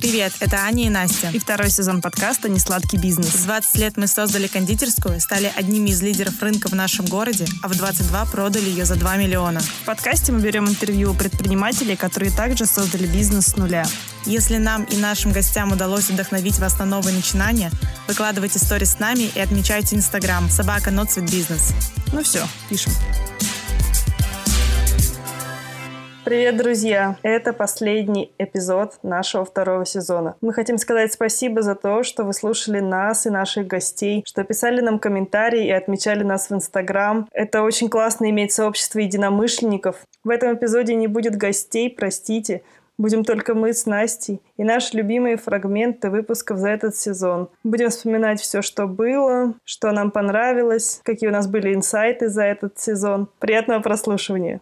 Привет, это Аня и Настя. И второй сезон подкаста «Несладкий бизнес». В 20 лет мы создали кондитерскую, стали одними из лидеров рынка в нашем городе, а в 22 продали ее за 2 миллиона. В подкасте мы берем интервью у предпринимателей, которые также создали бизнес с нуля. Если нам и нашим гостям удалось вдохновить вас на новые начинания, выкладывайте сторис с нами и отмечайте Инстаграм @NotSweetBusiness. Ну все, пишем. Привет, друзья! Это последний эпизод нашего второго сезона. Мы хотим сказать спасибо за то, что вы слушали нас и наших гостей, что писали нам комментарии и отмечали нас в Инстаграм. Это очень классно иметь сообщество единомышленников. В этом эпизоде не будет гостей, простите. Будем только мы с Настей и наши любимые фрагменты выпусков за этот сезон. Будем вспоминать все, что было, что нам понравилось, какие у нас были инсайты за этот сезон. Приятного прослушивания!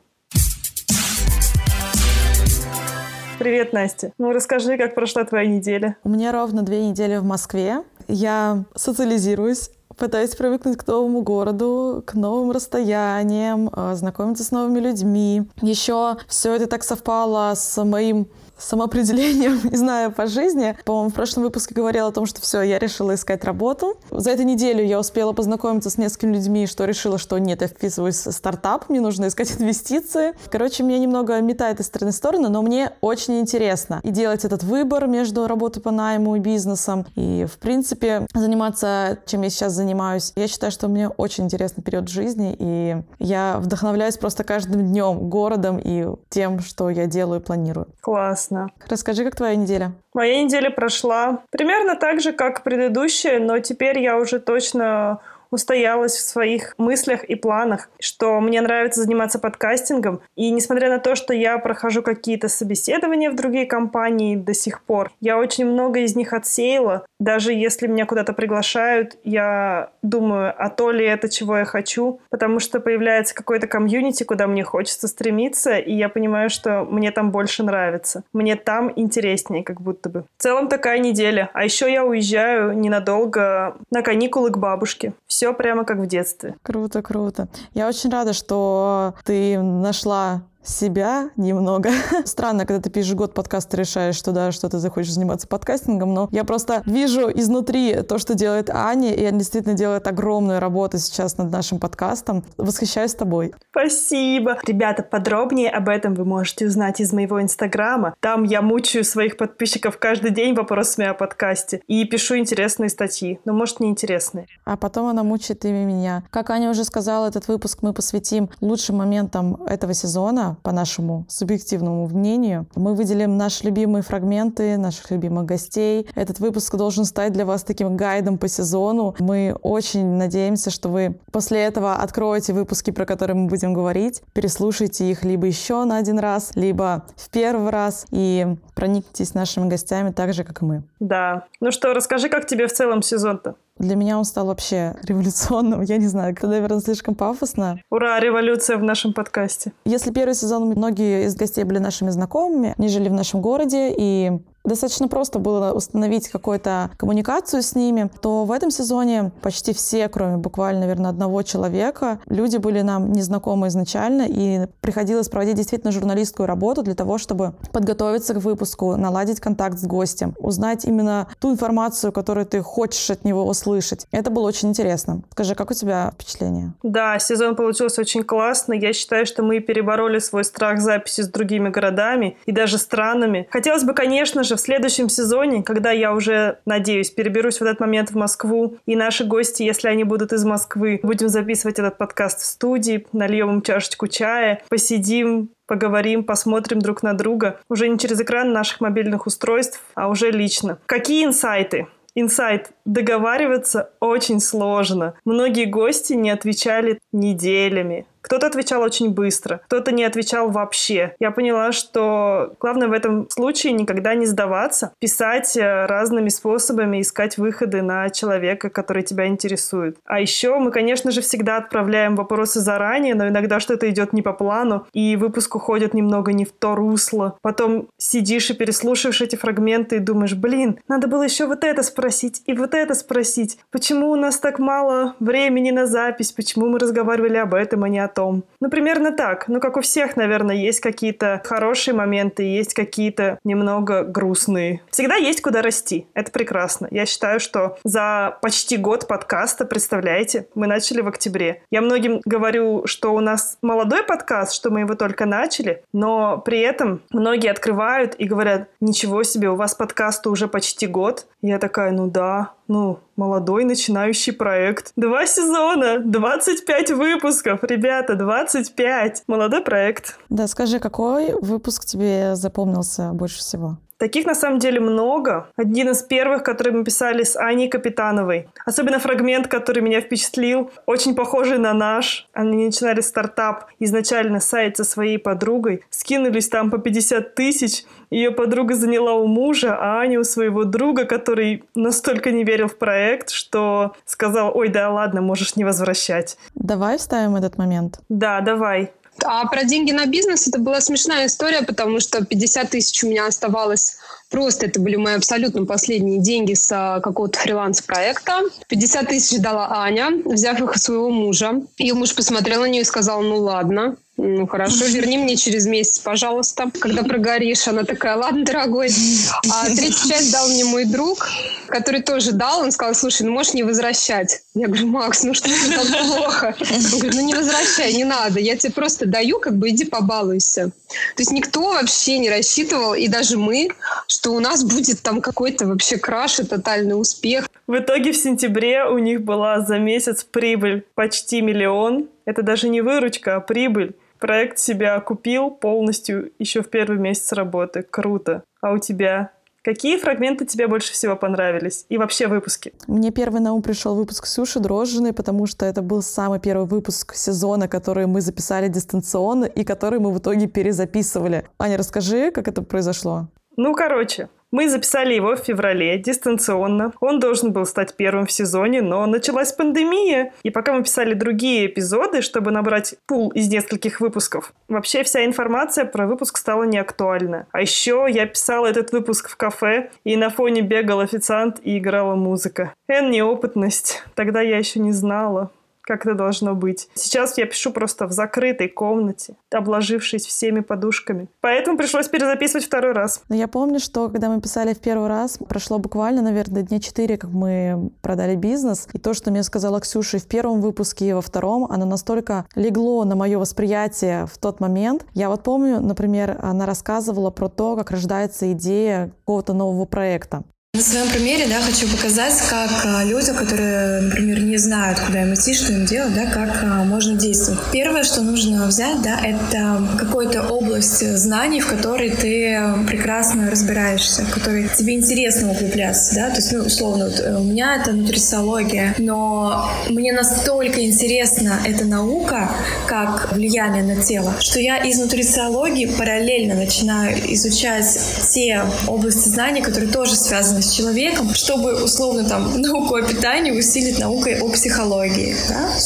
Привет, Настя. Ну, расскажи, как прошла твоя неделя. У меня ровно 2 недели в Москве. Я социализируюсь, пытаюсь привыкнуть к новому городу, к новым расстояниям, знакомиться с новыми людьми. Еще все это так совпало с моим самоопределением, не знаю, по жизни. По-моему, в прошлом выпуске говорила о том, что все, я решила искать работу. За эту неделю я успела познакомиться с несколькими людьми, что решила, что нет, я вписываюсь в стартап, мне нужно искать инвестиции. Короче, меня немного метает из стороны в сторону, но мне очень интересно и делать этот выбор между работой по найму и бизнесом. И, в принципе, заниматься, чем я сейчас занимаюсь. Я считаю, что мне очень интересный период жизни, и я вдохновляюсь просто каждым днем городом и тем, что я делаю и планирую. Класс. Расскажи, как твоя неделя? Моя неделя прошла примерно так же, как предыдущая, но теперь я уже точно устоялась в своих мыслях и планах, что мне нравится заниматься подкастингом. И несмотря на то, что я прохожу какие-то собеседования в другие компании до сих пор, я очень много из них отсеяла. Даже если меня куда-то приглашают, я думаю, а то ли это, чего я хочу, потому что появляется какой-то комьюнити, куда мне хочется стремиться, и я понимаю, что мне там больше нравится. Мне там интереснее, как будто бы. В целом такая неделя. А еще я уезжаю ненадолго на каникулы к бабушке. Все прямо как в детстве. Круто, круто. Я очень рада, что ты нашла себя немного. Странно, когда ты пишешь год подкаста, решаешь, что да, что ты захочешь заниматься подкастингом, но я просто вижу изнутри то, что делает Аня, и она действительно делает огромную работу сейчас над нашим подкастом. Восхищаюсь тобой. Спасибо. Ребята, подробнее об этом вы можете узнать из моего Инстаграма. Там я мучаю своих подписчиков каждый день вопросами о подкасте и пишу интересные статьи, но может неинтересные. А потом она мучает и меня. Как Аня уже сказала, этот выпуск мы посвятим лучшим моментам этого сезона, по нашему субъективному мнению. Мы выделим наши любимые фрагменты, наших любимых гостей. Этот выпуск должен стать для вас таким гайдом по сезону. Мы очень надеемся, что вы после этого откроете выпуски, про которые мы будем говорить, переслушайте их либо еще на один раз, либо в первый раз и проникнитесь нашими гостями так же, как и мы. Да. Ну что, расскажи, как тебе в целом сезон-то? Для меня он стал вообще революционным. Я не знаю, это, наверное, слишком пафосно. Ура, революция в нашем подкасте. Если первый сезон многие из гостей были нашими знакомыми, они жили в нашем городе, и достаточно просто было установить какую-то коммуникацию с ними, то в этом сезоне почти все, кроме буквально, наверное, одного человека, люди были нам незнакомы изначально, и приходилось проводить действительно журналистскую работу для того, чтобы подготовиться к выпуску, наладить контакт с гостем, узнать именно ту информацию, которую ты хочешь от него услышать. Это было очень интересно. Скажи, как у тебя впечатление? Да, сезон получился очень классный. Я считаю, что мы перебороли свой страх записи с другими городами и даже странами. Хотелось бы, конечно же, в следующем сезоне, когда я уже, надеюсь, переберусь в этот момент в Москву, и наши гости, если они будут из Москвы, будем записывать этот подкаст в студии, нальем им чашечку чая, посидим, поговорим, посмотрим друг на друга. Уже не через экран наших мобильных устройств, а уже лично. Какие инсайты? Инсайт. Договариваться очень сложно. Многие гости не отвечали неделями. Кто-то отвечал очень быстро, кто-то не отвечал вообще. Я поняла, что главное в этом случае никогда не сдаваться, писать разными способами, искать выходы на человека, который тебя интересует. А еще мы, конечно же, всегда отправляем вопросы заранее, но иногда что-то идет не по плану, и выпуск уходит немного не в то русло. Потом сидишь и переслушиваешь эти фрагменты и думаешь, блин, надо было еще вот это спросить и вот это спросить. Почему у нас так мало времени на запись? Почему мы разговаривали об этом, а не о том. Ну, примерно так. Ну, как у всех, наверное, есть какие-то хорошие моменты, есть какие-то немного грустные. Всегда есть куда расти. Это прекрасно. Я считаю, что за почти год подкаста, представляете, мы начали в октябре. Я многим говорю, что у нас молодой подкаст, что мы его только начали, но при этом многие открывают и говорят: ничего себе, у вас подкасту уже почти год. Я такая: ну да, молодой начинающий проект. 2 сезона, 25 выпусков, ребята, 25. Молодой проект. Да, скажи, какой выпуск тебе запомнился больше всего? Таких, на самом деле, много. Один из первых, который мы писали с Аней Капитановой. Особенно фрагмент, который меня впечатлил. Очень похожий на наш. Они начинали стартап. Изначально сайт со своей подругой. Скинулись там по 50 тысяч. Ее подруга заняла у мужа, а Аня у своего друга, который настолько не верил в проект, что сказал: ой, да ладно, можешь не возвращать. Давай вставим этот момент. Да, давай. А про деньги на бизнес это была смешная история, потому что 50 тысяч у меня оставалось просто. Это были мои абсолютно последние деньги с какого-то фриланс-проекта. 50 тысяч дала Аня, взяв их у своего мужа. Ее муж посмотрел на нее и сказал: ну ладно. Ну хорошо, верни мне через месяц, пожалуйста. Когда прогоришь. Она такая: ладно, дорогой. А третью часть дал мне мой друг, который тоже дал. Он сказал: слушай, ну можешь не возвращать. Я говорю: Макс, ну что тебе так плохо? Он говорит: ну не возвращай, не надо. Я тебе просто даю, иди побалуйся. То есть никто вообще не рассчитывал, и даже мы, что у нас будет там какой-то вообще краш и тотальный успех. В итоге в сентябре у них была за месяц прибыль почти 1 миллион. Это даже не выручка, а прибыль. Проект себя окупил полностью еще в первый месяц работы. Круто. А у тебя? Какие фрагменты тебе больше всего понравились? И вообще выпуски? Мне первый на ум пришел выпуск Ксюши Дрожжиной, потому что это был самый первый выпуск сезона, который мы записали дистанционно и который мы в итоге перезаписывали. Аня, расскажи, как это произошло? Мы записали его в феврале дистанционно. Он должен был стать первым в сезоне, но началась пандемия. И пока мы писали другие эпизоды, чтобы набрать пул из нескольких выпусков, вообще вся информация про выпуск стала неактуальна. А еще я писала этот выпуск в кафе, и на фоне бегал официант и играла музыка. Неопытность. Тогда я еще не знала, как это должно быть. Сейчас я пишу просто в закрытой комнате, обложившись всеми подушками. Поэтому пришлось перезаписывать второй раз. Но я помню, что когда мы писали в первый раз, прошло буквально, наверное, дня 4, как мы продали бизнес. И то, что мне сказала Ксюша в первом выпуске и во втором, оно настолько легло на мое восприятие в тот момент. Я вот помню, например, она рассказывала про то, как рождается идея какого-то нового проекта. На своем примере, хочу показать, как люди, которые, например, не знают, куда им идти, что им делать, как можно действовать. Первое, что нужно взять, это какую-то область знаний, в которой ты прекрасно разбираешься, в которой тебе интересно углубляться, То есть, условно, у меня это нутрициология, но мне настолько интересна эта наука, как влияние на тело, что я из нутрициологии параллельно начинаю изучать те области знаний, которые тоже связаны с человеком, чтобы, условно, науку о питании усилить наукой о психологии.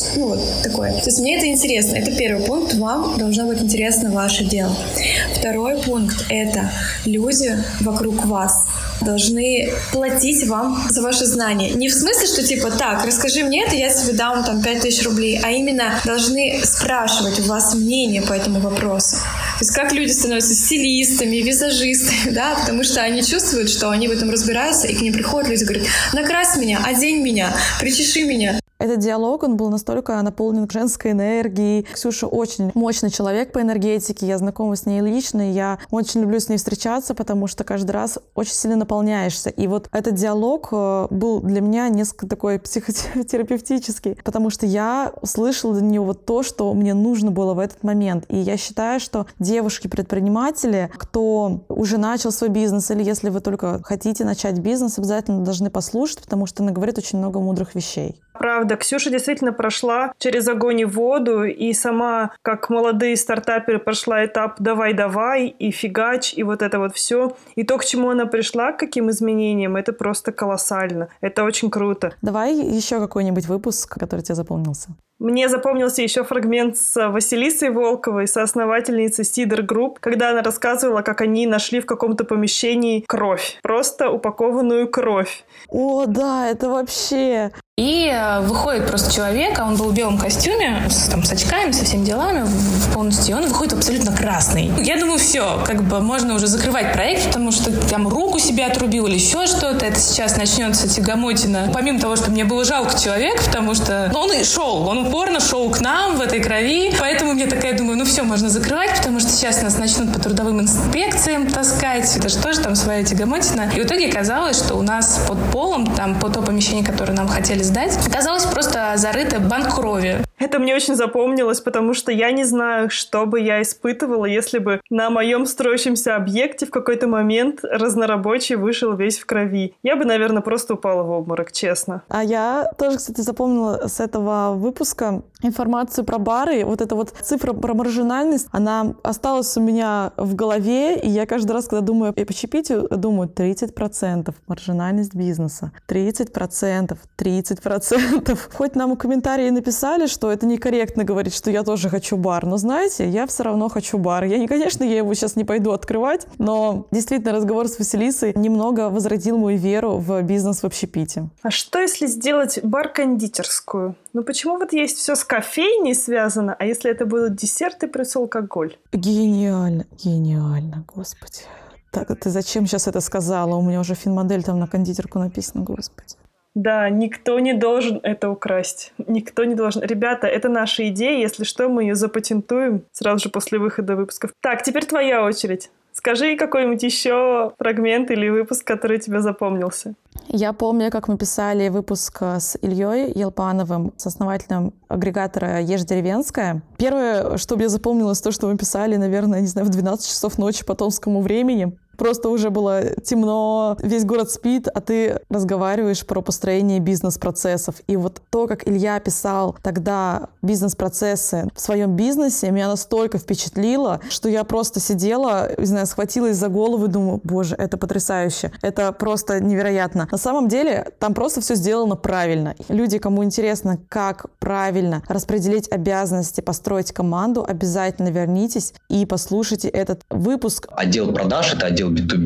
Такое. То есть мне это интересно. Это первый пункт. Вам должно быть интересно ваше дело. Второй пункт — это люди вокруг вас должны платить вам за ваши знания. Не в смысле, что расскажи мне это, я тебе дам 5000 рублей, а именно должны спрашивать у вас мнение по этому вопросу. То есть как люди становятся стилистами, визажистами, потому что они чувствуют, что они в этом разбираются, и к ним приходят люди и говорят: накрась меня, одень меня, причеши меня. Этот диалог, он был настолько наполнен женской энергией. Ксюша очень мощный человек по энергетике. Я знакома с ней лично, и я очень люблю с ней встречаться, потому что каждый раз очень сильно наполняешься. И вот этот диалог был для меня несколько такой психотерапевтический, потому что я услышала для него то, что мне нужно было в этот момент. И я считаю, что девушки-предприниматели, кто уже начал свой бизнес, или если вы только хотите начать бизнес, обязательно должны послушать, потому что она говорит очень много мудрых вещей. Правда, Ксюша действительно прошла через огонь и воду, и сама, как молодые стартаперы, прошла этап «давай-давай» и «фигач», и вот это вот все. И то, к чему она пришла, к каким изменениям, это просто колоссально. Это очень круто. Давай еще какой-нибудь выпуск, который тебе запомнился. Мне запомнился еще фрагмент с Василисой Волковой, соосновательницей Сидер Групп, когда она рассказывала, как они нашли в каком-то помещении кровь. Просто упакованную кровь. О, да, это вообще... И выходит просто человек, а он был в белом костюме, с очками, со всеми делами полностью, и он выходит абсолютно красный. Я думаю, все, можно уже закрывать проект, потому что там руку себе отрубил или еще что-то. Это сейчас начнется тягомотина. Помимо того, что мне было жалко человека, потому что он и шел, он упорно шел к нам в этой крови. Поэтому я такая думаю, все, можно закрывать, потому что сейчас нас начнут по трудовым инспекциям таскать. Это же тоже там своя тягомотина. И в итоге оказалось, что у нас под полом, там под то помещение, которое нам хотели сдать, оказалось просто зарыто банк крови. Это мне очень запомнилось, потому что я не знаю, что бы я испытывала, если бы на моем строящемся объекте в какой-то момент разнорабочий вышел весь в крови. Я бы, наверное, просто упала в обморок, честно. А я тоже, кстати, запомнила с этого выпуска информацию про бары. Вот эта вот цифра про маржинальность, она осталась у меня в голове, и я каждый раз, когда думаю о общепите, думаю 30% маржинальность бизнеса. 30%. Хоть нам в комментарии написали, что это некорректно говорить, что я тоже хочу бар, но знаете, я все равно хочу бар. Конечно, я его сейчас не пойду открывать, но действительно разговор с Василисой немного возродил мою веру в бизнес в общепите. А что, если сделать бар-кондитерскую? Почему вот есть все с кофейней связано, а если это будут десерты плюс алкоголь? Гениально, господи. Так, ты зачем сейчас это сказала? У меня уже финмодель там на кондитерку написано, господи. Да, никто не должен это украсть. Никто не должен. Ребята, это наша идея. Если что, мы ее запатентуем сразу же после выхода выпусков. Так, теперь твоя очередь. Скажи какой-нибудь еще фрагмент или выпуск, который тебе запомнился. Я помню, как мы писали выпуск с Ильей Елпановым, с основателем агрегатора «Ешь деревенская». Первое, что мне запомнилось, то, что мы писали, наверное, в 12 часов ночи по томскому времени. Просто уже было темно, весь город спит, а ты разговариваешь про построение бизнес-процессов. И вот то, как Илья писал тогда бизнес-процессы в своем бизнесе, меня настолько впечатлило, что я просто сидела, не знаю, схватилась за голову и думаю, боже, это потрясающе, это просто невероятно. На самом деле там просто все сделано правильно. Люди, кому интересно, как правильно распределить обязанности, построить команду, обязательно вернитесь и послушайте этот выпуск. Отдел продаж — это отдел B2B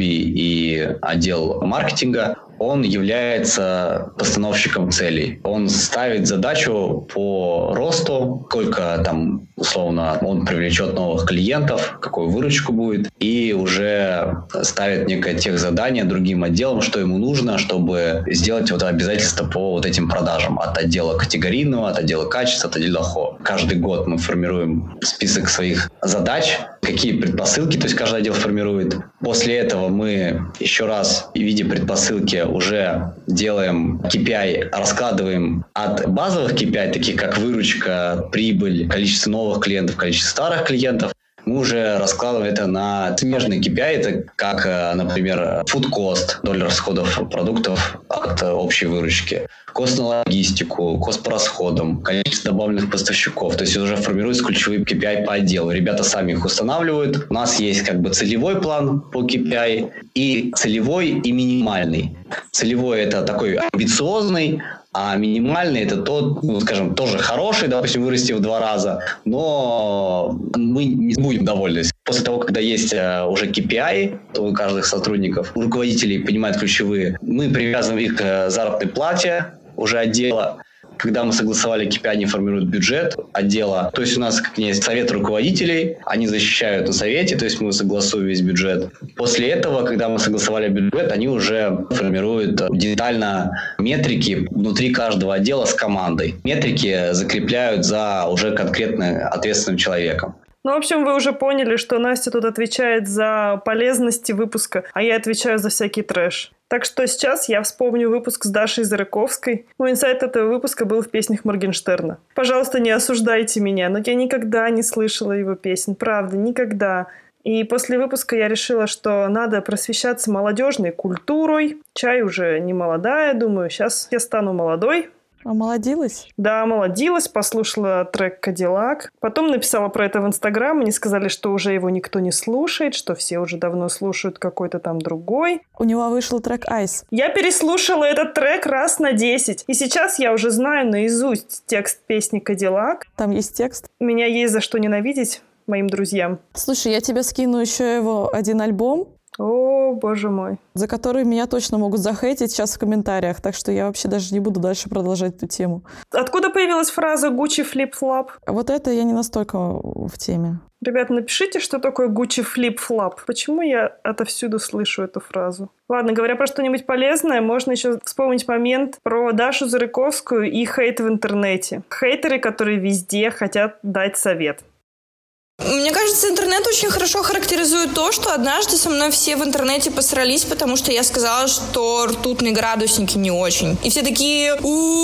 и отдел маркетинга, он является постановщиком целей. Он ставит задачу по росту, сколько там, условно, он привлечет новых клиентов, какую выручку будет, и уже ставит некое техзадание другим отделам, что ему нужно, чтобы сделать вот обязательства по вот этим продажам. От отдела категорийного, от отдела качества, от отдела ХО. Каждый год мы формируем список своих задач, какие предпосылки, то есть каждый отдел формирует. После этого мы еще раз в виде предпосылки уже делаем KPI, раскладываем от базовых KPI, таких как выручка, прибыль, количество новых клиентов, количество старых клиентов. Мы уже раскладываем это на смежные KPI, это как, например, food cost, доля расходов продуктов от общей выручки, кост на логистику, кост по расходам, количество добавленных поставщиков. То есть уже формируются ключевые KPI по отделу. Ребята сами их устанавливают. У нас есть целевой план по KPI и целевой и минимальный. Целевой — это такой амбициозный, а минимальный — это тот, тоже хороший, допустим, вырасти в 2 раза, но мы не будем довольны. После того, когда есть уже KPI у каждых сотрудников, у руководителей понимают ключевые, мы привязываем их к заработной плате уже отдела. Когда мы согласовали KPI, они формируют бюджет отдела. То есть у нас есть совет руководителей, они защищают на совете, то есть мы согласуем весь бюджет. После этого, когда мы согласовали бюджет, они уже формируют детально метрики внутри каждого отдела с командой. Метрики закрепляют за уже конкретно ответственным человеком. В общем, вы уже поняли, что Настя тут отвечает за полезности выпуска, а я отвечаю за всякий трэш. Так что сейчас я вспомню выпуск с Дашей Зарыковской. Мой инсайт этого выпуска был в песнях Моргенштерна. Пожалуйста, не осуждайте меня, но я никогда не слышала его песен, правда, никогда. И после выпуска я решила, что надо просвещаться молодежной культурой. Чай уже не молодая, думаю, сейчас я стану молодой. Омолодилась? Да, омолодилась, послушала трек «Кадиллак». Потом написала про это в Инстаграм. Мне сказали, что уже его никто не слушает, что все уже давно слушают какой-то там другой. У него вышел трек «Айс». Я переслушала этот трек раз на 10. И сейчас я уже знаю наизусть текст песни «Кадиллак». Там есть текст? Меня есть за что ненавидеть моим друзьям. Слушай, я тебе скину еще его один альбом. О, боже мой. За которые меня точно могут захейтить сейчас в комментариях, так что я вообще даже не буду дальше продолжать эту тему. Откуда появилась фраза «Gucci flip-flop»? Вот это я не настолько в теме. Ребята, напишите, что такое Gucci flip-flop. Почему я отовсюду слышу эту фразу? Ладно, говоря про что-нибудь полезное, можно еще вспомнить момент про Дашу Зарыковскую и хейт в интернете. Хейтеры, которые везде хотят дать совет. Мне кажется, интернет очень хорошо характеризует то, что однажды со мной все в интернете посрались, потому что я сказала, что ртутные градусники не очень. И все такие: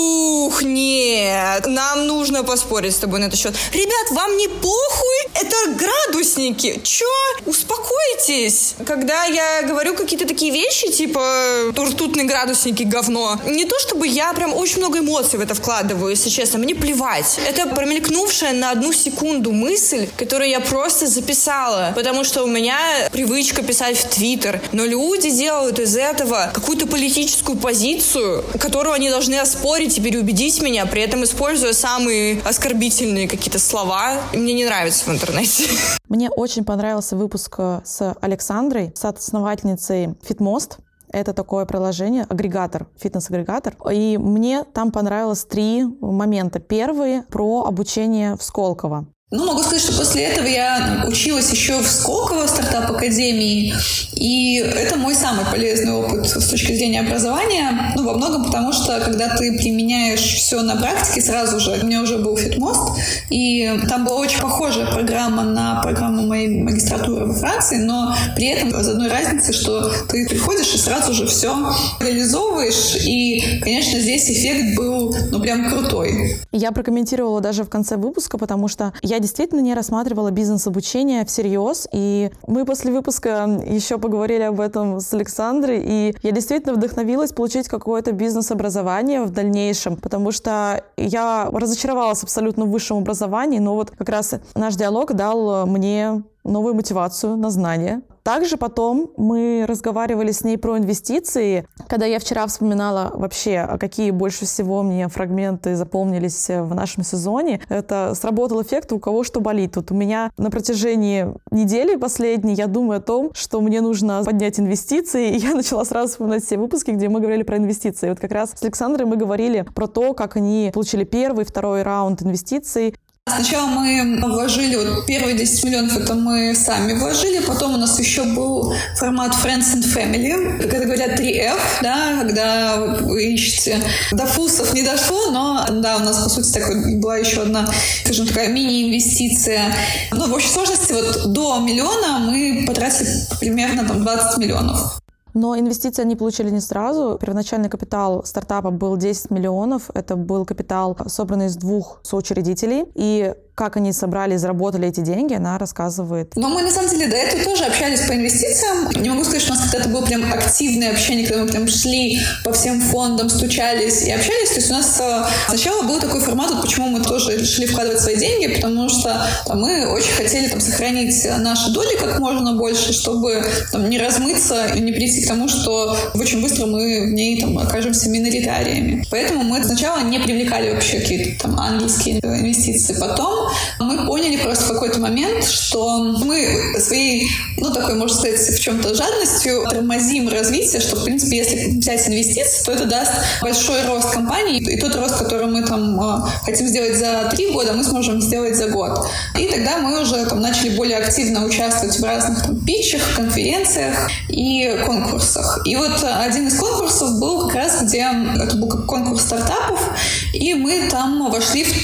ух, нет, нам нужно поспорить с тобой на этот счет. Ребят, вам не похуй? Это градусники. Чё? Успокойтесь. Когда я говорю какие-то такие вещи, типа ртутные градусники говно, не то чтобы я прям очень много эмоций в это вкладываю, если честно, мне плевать. Это промелькнувшая на 1 секунду мысль, которую я просто записала, потому что у меня привычка писать в Твиттер. Но люди делают из этого какую-то политическую позицию, которую они должны оспорить и переубедить меня, при этом используя самые оскорбительные какие-то слова. Мне не нравится в интернете. Мне очень понравился выпуск с Александрой, соосновательницей Fitmost. Это такое приложение, агрегатор, фитнес-агрегатор. И мне там понравилось 3 момента. Первый про обучение в Сколково. Могу сказать, что после этого я училась еще в Сколково, в стартап-академии, и это мой самый полезный опыт с точки зрения образования, во многом потому, что когда ты применяешь все на практике сразу же, у меня уже был Fitmost, и там была очень похожая программа на программу моей магистратуры во Франции, но при этом из одной разницы, что ты приходишь и сразу же все реализовываешь, и, конечно, здесь эффект был, прям крутой. Я прокомментировала даже в конце выпуска, потому что я действительно не рассматривала бизнес-обучение всерьез, и мы после выпуска еще поговорили об этом с Александрой, и я действительно вдохновилась получить какое-то бизнес-образование в дальнейшем, потому что я разочаровалась абсолютно в высшем образовании, но вот как раз наш диалог дал мне новую мотивацию на знания. Также потом мы разговаривали с ней про инвестиции. Когда я вчера вспоминала вообще, какие больше всего мне фрагменты запомнились в нашем сезоне, это сработал эффект «у кого что болит». Тут у меня на протяжении недели последней я думаю о том, что мне нужно поднять инвестиции, и я начала сразу вспоминать все выпуски, где мы говорили про инвестиции. Вот как раз с Александрой мы говорили про то, как они получили первый, второй раунд инвестиций. Сначала мы вложили, первые 10 миллионов это мы сами вложили, потом у нас еще был формат Friends and Family, когда говорят 3F, да, когда вы ищете до фулсов не дошло, но да, у нас по сути была еще одна, скажем, такая мини-инвестиция. В общей сложности до 1 миллиона мы потратили примерно 20 миллионов. Но инвестиции они получили не сразу. Первоначальный капитал стартапа был 10 миллионов. Это был капитал, собранный из 2 соучредителей. И как они собрали и заработали эти деньги, она рассказывает. Но мы, на самом деле, до этого тоже общались по инвестициям. Не могу сказать, что у нас когда-то было прям активное общение, когда мы прям шли по всем фондам, стучались и общались. То есть у нас сначала был такой формат, почему мы тоже решили вкладывать свои деньги, потому что мы очень хотели сохранить наши доли как можно больше, чтобы не размыться и не прийти к тому, что очень быстро мы в ней окажемся миноритариями. Поэтому мы сначала не привлекали вообще какие-то ангельские инвестиции. Потом мы поняли просто в какой-то момент, что мы своей, такой, можно сказать, в чем-то жадностью тормозим развитие, что, в принципе, если взять инвестиции, то это даст большой рост компании, и тот рост, который мы хотим сделать за 3 года, мы сможем сделать за год. И тогда мы уже начали более активно участвовать в разных питчах, конференциях и конкурсах. И один из конкурсов был как раз, это был конкурс стартапов, и мы там вошли в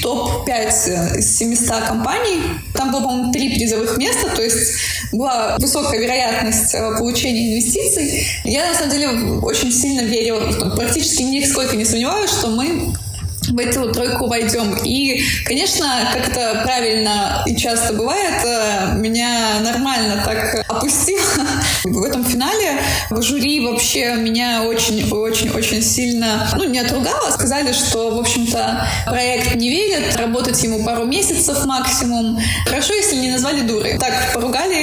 топ-5 из 700 компаний. Там было, по-моему, 3 призовых места, то есть была высокая вероятность получения инвестиций. Я, на самом деле, очень сильно верила, практически нисколько не сомневаюсь, что мы в эту тройку войдем. И, конечно, как это правильно и часто бывает, меня нормально так опустило в этом финале. Жюри вообще меня очень-очень-очень сильно, не отругало. Сказали, что, в общем-то, проект не верит, работать ему пару месяцев максимум. Хорошо, если не назвали дурой. Так, поругали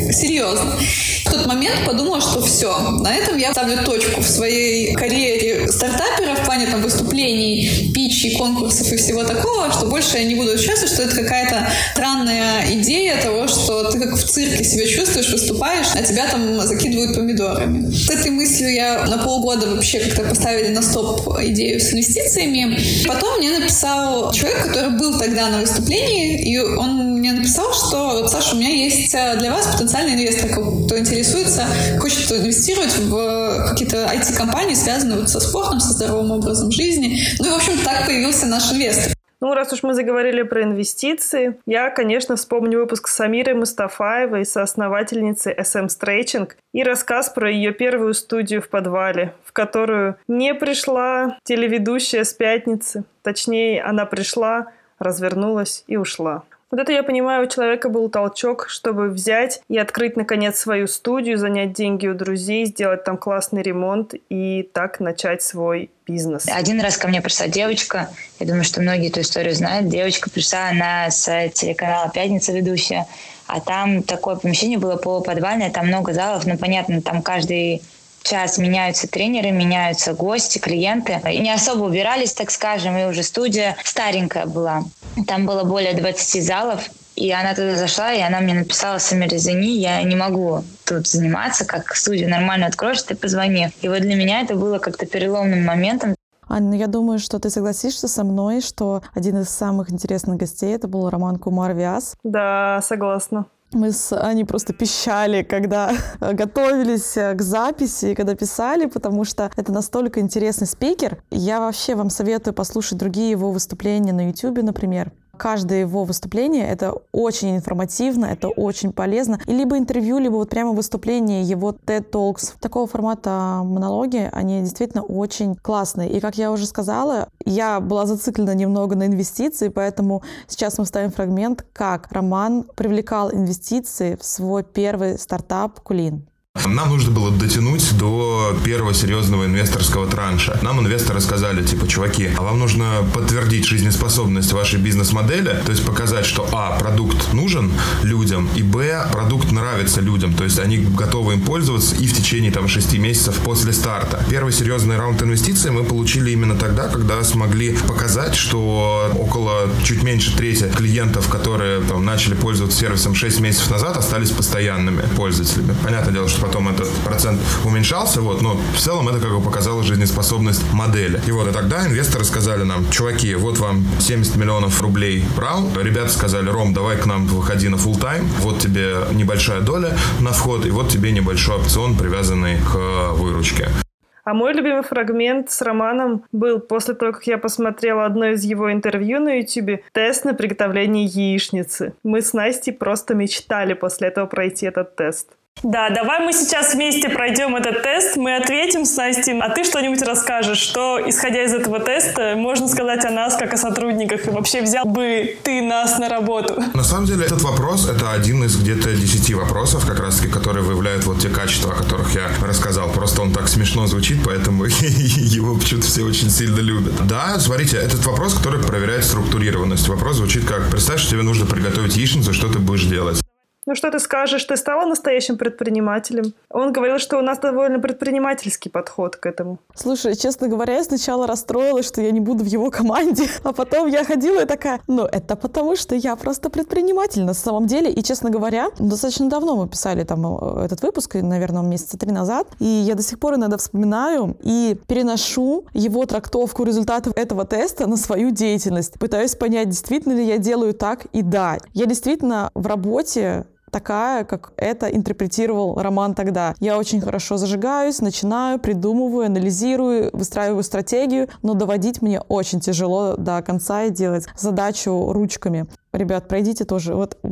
серьезно. В тот момент подумала, что все, на этом я ставлю точку в своей карьере стартапера в плане там выступлений, питчей, конкурсов и всего такого, что больше я не буду участвовать, что это какая-то странная идея того, что ты как в цирке себя чувствуешь, выступаешь, а тебя там закидывают помидорами. С этой мыслью я на полгода вообще как-то поставили на стоп идею с инвестициями. Потом мне написал человек, который был тогда на выступлении, и он мне написал, что вот, Саша, у меня есть для вас потенциальный инвестор, кто интересуется, хочет инвестировать в какие-то IT-компании, связанные вот со спортом, со здоровым образом жизни. Ну и, в общем, так появился наш инвестор. Ну, раз уж мы заговорили про инвестиции, я, конечно, вспомню выпуск с Амирой Мустафаевой, соосновательницей SM Stretching, и рассказ про ее первую студию в подвале, в которую не пришла телеведущая с пятницы. Точнее, она пришла, развернулась и ушла. Вот это, я понимаю, у человека был толчок, чтобы взять и открыть, наконец, свою студию, занять деньги у друзей, сделать там классный ремонт и так начать свой бизнес. Один раз ко мне пришла девочка, я думаю, что многие эту историю знают. Девочка пришла, она с телеканала «Пятница» ведущая, а там такое помещение было полуподвальное, там много залов, ну, понятно, там каждый час меняются тренеры, меняются гости, клиенты. И не особо убирались, так скажем, и уже студия старенькая была. Там было более 20 залов, и она туда зашла, и она мне написала: «Самир, извини, я не могу тут заниматься, как студию нормально откроешь, ты позвони». И вот для меня это было как-то переломным моментом. Аня, ну я думаю, что ты согласишься со мной, что один из самых интересных гостей это был Роман Кумар-Виас. Да, согласна. Мы с Аней просто пищали, когда готовились к записи, когда писали, потому что это настолько интересный спикер. Я вообще вам советую послушать другие его выступления на YouTube, например. Каждое его выступление — это очень информативно, это очень полезно. И либо интервью, либо вот прямо выступление его TED Talks. Такого формата монологи, они действительно очень классные. И, как я уже сказала, я была зациклена немного на инвестиции, поэтому сейчас мы вставим фрагмент, как Роман привлекал инвестиции в свой первый стартап «Кулин». Нам нужно было дотянуть до первого серьезного инвесторского транша. Нам инвесторы сказали, типа, чуваки, а вам нужно подтвердить жизнеспособность вашей бизнес-модели, то есть показать, что продукт нужен людям, и продукт нравится людям, то есть они готовы им пользоваться и в течение 6 месяцев после старта. Первый серьезный раунд инвестиций мы получили именно тогда, когда смогли показать, что около чуть меньше трети клиентов, которые начали пользоваться сервисом 6 месяцев назад, остались постоянными пользователями. Понятное дело, что потом этот процент уменьшался, но в целом это показало жизнеспособность модели. И тогда инвесторы сказали нам: чуваки, вот вам 70 миллионов рублей раунд. Ребята сказали: Ром, давай к нам выходи на full time, вот тебе небольшая доля на вход, и вот тебе небольшой опцион, привязанный к выручке. А мой любимый фрагмент с Романом был после того, как я посмотрела одно из его интервью на YouTube, тест на приготовление яичницы. Мы с Настей просто мечтали после этого пройти этот тест. Да, давай мы сейчас вместе пройдем этот тест, мы ответим с Настей, а ты что-нибудь расскажешь, что, исходя из этого теста, можно сказать о нас, как о сотрудниках, и вообще взял бы ты нас на работу? На самом деле этот вопрос — это один из где-то 10 вопросов, как раз-таки, которые выявляют те качества, о которых я рассказал. Просто он так смешно звучит, поэтому его почему-то все очень сильно любят. Да, смотрите, этот вопрос, который проверяет структурированность. Вопрос звучит как: представь, что тебе нужно приготовить яичницу, что ты будешь делать? Ну что ты скажешь, ты стала настоящим предпринимателем? Он говорил, что у нас довольно предпринимательский подход к этому. Слушай, честно говоря, я сначала расстроилась, что я не буду в его команде, а потом я ходила и такая: это потому, что я просто предприниматель на самом деле. И, честно говоря, достаточно давно мы писали этот выпуск, наверное, месяца 3 назад, и я до сих пор иногда вспоминаю и переношу его трактовку результатов этого теста на свою деятельность. Пытаюсь понять, действительно ли я делаю так, и да. Я действительно в работе такая, как это интерпретировал Роман тогда. Я очень хорошо зажигаюсь, начинаю, придумываю, анализирую, выстраиваю стратегию, но доводить мне очень тяжело до конца и делать задачу ручками. Ребят, пройдите тоже.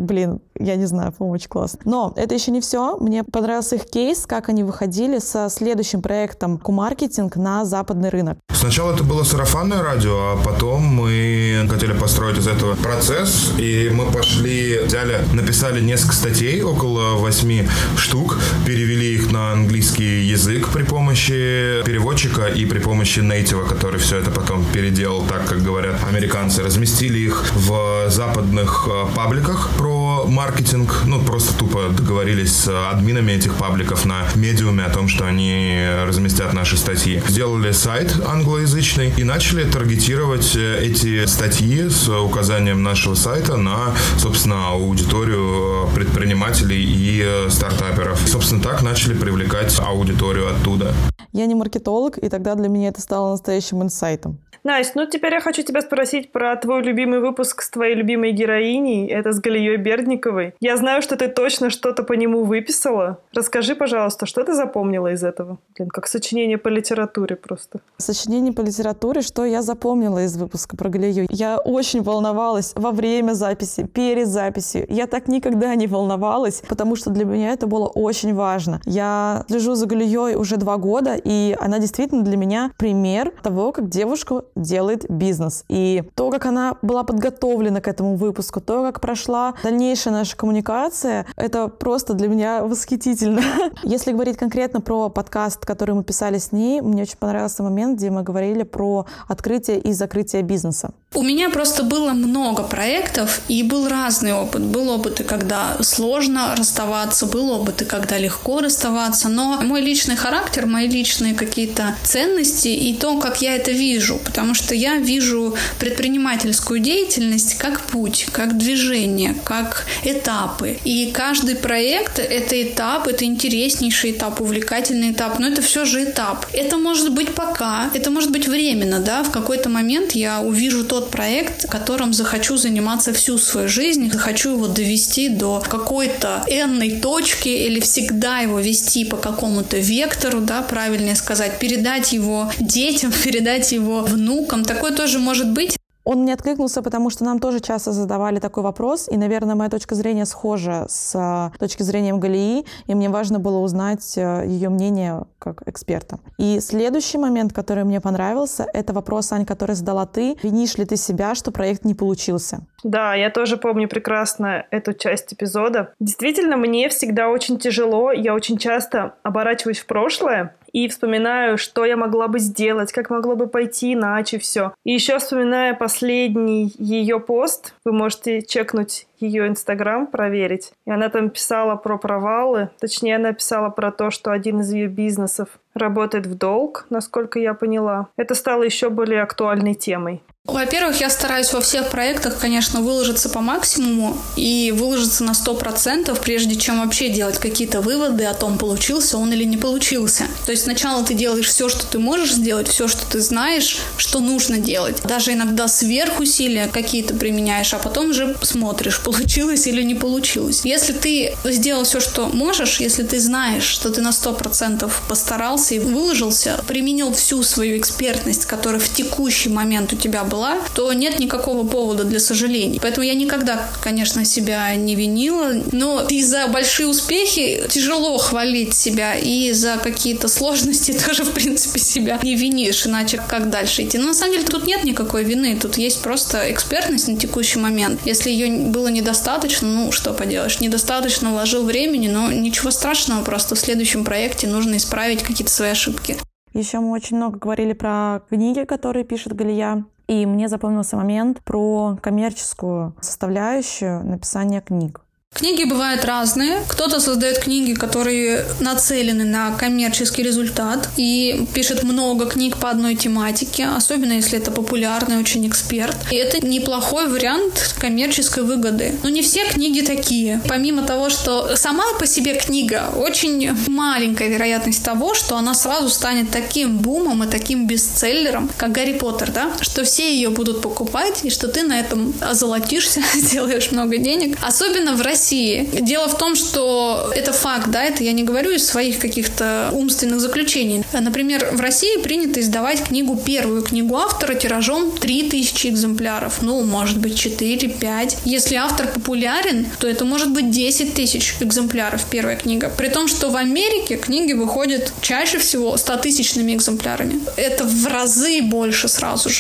Я не знаю, по-моему, очень классно. Но это еще не все. Мне понравился их кейс, как они выходили со следующим проектом Q-маркетинг на западный рынок. Сначала это было сарафанное радио, а потом мы хотели построить из этого процесс, и мы написали несколько статей, около 8 штук, перевели их на английский язык при помощи переводчика и при помощи нейтива, который все это потом переделал так, как говорят американцы. Разместили их в западных пабликах про маркетинг, просто тупо договорились с админами этих пабликов на Медиуме о том, что они разместят наши статьи. Сделали сайт англоязычный и начали таргетировать эти статьи с указанием нашего сайта на, собственно, аудиторию предпринимателей и стартаперов. И, собственно, так начали привлекать аудиторию оттуда. Я не маркетолог, и тогда для меня это стало настоящим инсайтом. Настя, теперь я хочу тебя спросить про твой любимый выпуск с твоей любимой героиней. Это с Галией Бердниковой. Я знаю, что ты точно что-то по нему выписала. Расскажи, пожалуйста, что ты запомнила из этого? Как сочинение по литературе просто. Сочинение по литературе, что я запомнила из выпуска про Галию? Я очень волновалась во время записи, перед записью. Я так никогда не волновалась, потому что для меня это было очень важно. Я слежу за Галией уже 2 года, и она действительно для меня пример того, как девушка делает бизнес. И то, как она была подготовлена к этому выпуску, то, как прошла дальнейшая наша коммуникация, это просто для меня восхитительно. Если говорить конкретно про подкаст, который мы писали с ней, мне очень понравился момент, где мы говорили про открытие и закрытие бизнеса. У меня просто было много проектов, и был разный опыт. Был опыт, и когда сложно расставаться, был опыт, и когда легко расставаться. Но мой личный характер, мои личные какие-то ценности и то, как я это вижу, потому что я вижу предпринимательскую деятельность как путь, как движение, как этапы. И каждый проект — это этап, это интереснейший этап, увлекательный этап, но это все же этап. Это может быть пока, это может быть временно, да, в какой-то момент я увижу тот проект, которым захочу заниматься всю свою жизнь, захочу его довести до какой-то энной точки или всегда его вести по какому-то вектору, да, правильнее сказать, передать его детям, передать его внукам. Такое тоже может быть. Он мне откликнулся, потому что нам тоже часто задавали такой вопрос, и, наверное, моя точка зрения схожа с точки зрения Галии, и мне важно было узнать ее мнение как эксперта. И следующий момент, который мне понравился, это вопрос, Ань, который задала ты. Винишь ли ты себя, что проект не получился? Да, я тоже помню прекрасно эту часть эпизода. Действительно, мне всегда очень тяжело, я очень часто оборачиваюсь в прошлое и вспоминаю, что я могла бы сделать, как могло бы пойти иначе все. И еще вспоминая последний ее пост, вы можете чекнуть ее Инстаграм, проверить. И она там писала про провалы. Точнее, она писала про то, что один из ее бизнесов работает в долг, насколько я поняла. Это стало еще более актуальной темой. Во-первых, я стараюсь во всех проектах, конечно, выложиться по максимуму и выложиться на 100%, прежде чем вообще делать какие-то выводы о том, получился он или не получился. То есть сначала ты делаешь все, что ты можешь сделать, все, что ты знаешь, что нужно делать. Даже иногда сверхусилия какие-то применяешь, а потом уже смотришь, получилось или не получилось. Если ты сделал все, что можешь, если ты знаешь, что ты на 100% постарался и выложился, применил всю свою экспертность, которая в текущий момент у тебя была, то нет никакого повода для сожалений. Поэтому я никогда, конечно, себя не винила, но и за большие успехи тяжело хвалить себя, и за какие-то сложности тоже, в принципе, себя не винишь, иначе как дальше идти. Но на самом деле тут нет никакой вины, тут есть просто экспертность на текущий момент. Если ее было недостаточно, что поделаешь, недостаточно вложил времени, но ничего страшного, просто в следующем проекте нужно исправить какие-то свои ошибки. Еще мы очень много говорили про книги, которые пишет Галия. И мне запомнился момент про коммерческую составляющую написания книг. Книги бывают разные. Кто-то создает книги, которые нацелены на коммерческий результат и пишет много книг по одной тематике, особенно если это популярный очень эксперт. И это неплохой вариант коммерческой выгоды. Но не все книги такие. Помимо того, что сама по себе книга, очень маленькая вероятность того, что она сразу станет таким бумом и таким бестселлером, как Гарри Поттер, да? Что все ее будут покупать, и что ты на этом озолотишься, сделаешь много денег. Особенно в России. Дело в том, что это факт, да, это я не говорю из своих каких-то умственных заключений. Например, в России принято издавать первую книгу автора тиражом 3000 экземпляров, может быть 4-5. Если автор популярен, то это может быть 10 тысяч экземпляров первая книга. При том, что в Америке книги выходят чаще всего 100-тысячными экземплярами. Это в разы больше сразу же.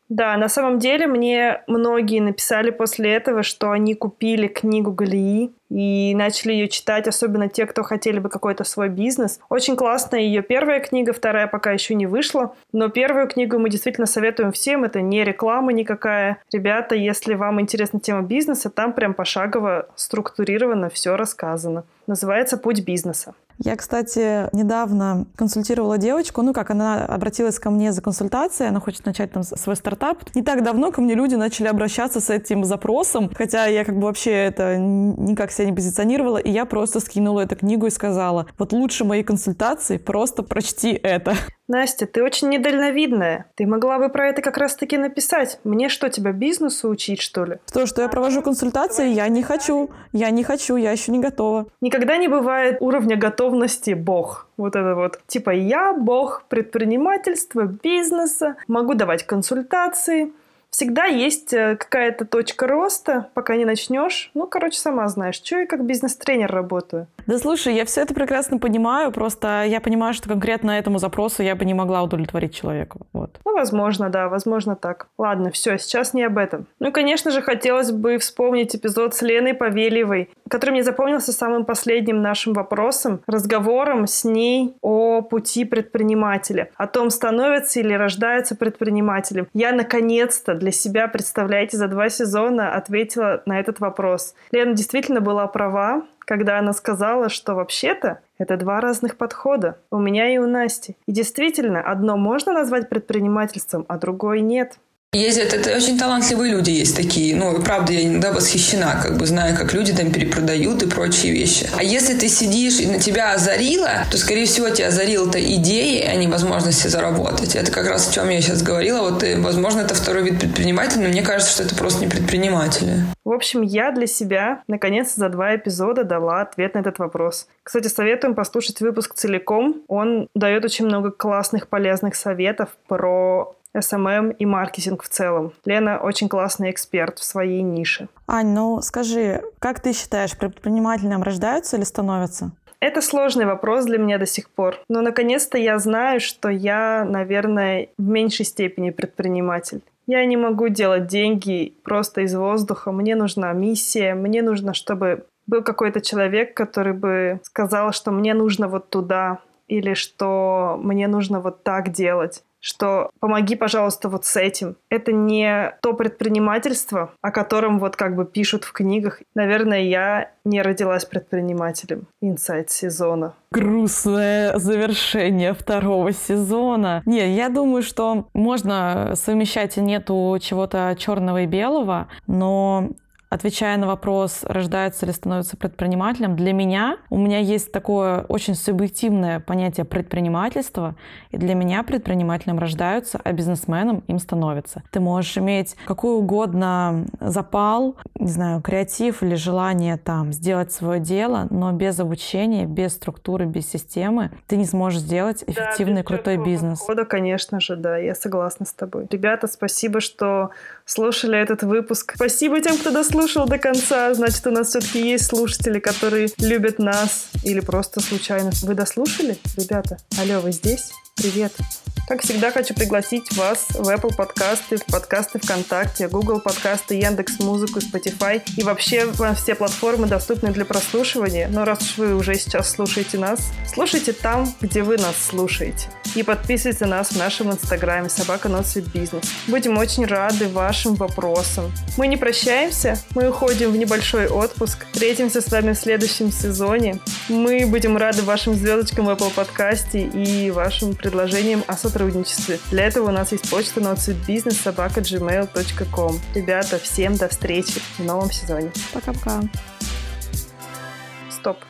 Да, на самом деле мне многие написали после этого, что они купили книгу Галии и начали ее читать, особенно те, кто хотели бы какой-то свой бизнес. Очень классная ее первая книга, вторая пока еще не вышла, но первую книгу мы действительно советуем всем, это не реклама никакая. Ребята, если вам интересна тема бизнеса, там прям пошагово структурировано все рассказано. Называется «Путь бизнеса». Я, кстати, недавно консультировала девочку, она обратилась ко мне за консультацией, она хочет начать там свой стартап. Не так давно ко мне люди начали обращаться с этим запросом, хотя я вообще это никак себя не позиционировала, и я просто скинула эту книгу и сказала: вот лучше моей консультации просто прочти это. Настя, ты очень недальновидная. Ты могла бы про это как раз-таки написать. Мне что, тебя бизнесу учить, что ли? Что я провожу консультации? Я не хочу, я еще не готова. Никогда не бывает уровня готовности Бог. Вот это вот. Типа я Бог предпринимательства, бизнеса, могу давать консультации. Всегда есть какая-то точка роста, пока не начнешь. Сама знаешь, что я как бизнес-тренер работаю. Да слушай, я все это прекрасно понимаю, просто я понимаю, что конкретно этому запросу я бы не могла удовлетворить человеку. Вот. Возможно, да, возможно так. Ладно, все, сейчас не об этом. Конечно же, хотелось бы вспомнить эпизод с Леной Павельевой, который мне запомнился самым последним нашим вопросом, разговором с ней о пути предпринимателя, о том, становится или рождается предпринимателем. Я наконец-то для себя, представляете, за 2 сезона ответила на этот вопрос. Лена действительно была права, когда она сказала, что вообще-то это 2 разных подхода. У меня и у Насти. И действительно, одно можно назвать предпринимательством, а другое нет. Ездят, это очень талантливые люди есть такие. Правда, я иногда восхищена, зная, как люди там перепродают и прочие вещи. А если ты сидишь и на тебя озарило, то, скорее всего, тебя озарила-то идеи, а не возможности заработать. Это как раз о чем я сейчас говорила. Возможно, это второй вид предпринимателя, но мне кажется, что это просто не предприниматели. В общем, я для себя, наконец-то, за 2 эпизода дала ответ на этот вопрос. Кстати, советуем послушать выпуск целиком. Он дает очень много классных, полезных советов про SMM и маркетинг в целом. Лена очень классный эксперт в своей нише. Ань, скажи, как ты считаешь, предпринимателем рождаются или становятся? Это сложный вопрос для меня до сих пор. Но наконец-то я знаю, что я, наверное, в меньшей степени предприниматель. Я не могу делать деньги просто из воздуха. Мне нужна миссия. Мне нужно, чтобы был какой-то человек, который бы сказал, что мне нужно вот туда, или что мне нужно вот так делать. Что помоги, пожалуйста, вот с этим. Это не то предпринимательство, о котором пишут в книгах. Наверное, я не родилась предпринимателем. Инсайт сезона. Грустное завершение 2 сезона. Не, я думаю, что можно совмещать, и нету чего-то черного и белого, но отвечая на вопрос, рождается или становится предпринимателем, для меня, у меня есть такое очень субъективное понятие предпринимательства, и для меня предпринимателем рождаются, а бизнесменом им становятся. Ты можешь иметь какой угодно запал, не знаю, креатив или желание сделать свое дело, но без обучения, без структуры, без системы ты не сможешь сделать эффективный, крутой бизнес. Да, конечно же, да, я согласна с тобой. Ребята, спасибо, что слушали этот выпуск. Спасибо тем, кто дослушал до конца. Значит, у нас все-таки есть слушатели, которые любят нас или просто случайно. Вы дослушали, ребята? Алло, вы здесь? Привет! Как всегда, хочу пригласить вас в Apple подкасты, в подкасты ВКонтакте, Google подкасты, Яндекс.Музыку, Spotify. И вообще все платформы доступны для прослушивания. Но раз уж вы уже сейчас слушаете нас, слушайте там, где вы нас слушаете. И подписывайтесь на нас в нашем инстаграме @NotSweetBusiness. Будем очень рады вашим вопросам. Мы не прощаемся, мы уходим в небольшой отпуск. Встретимся с вами в следующем сезоне. Мы будем рады вашим звездочкам в Apple подкасте и вашим предложениям о сотрудничестве. Для этого у нас есть почта notsweetbusiness@gmail.com. Ребята, всем до встречи в новом сезоне. Пока-пока. Стоп.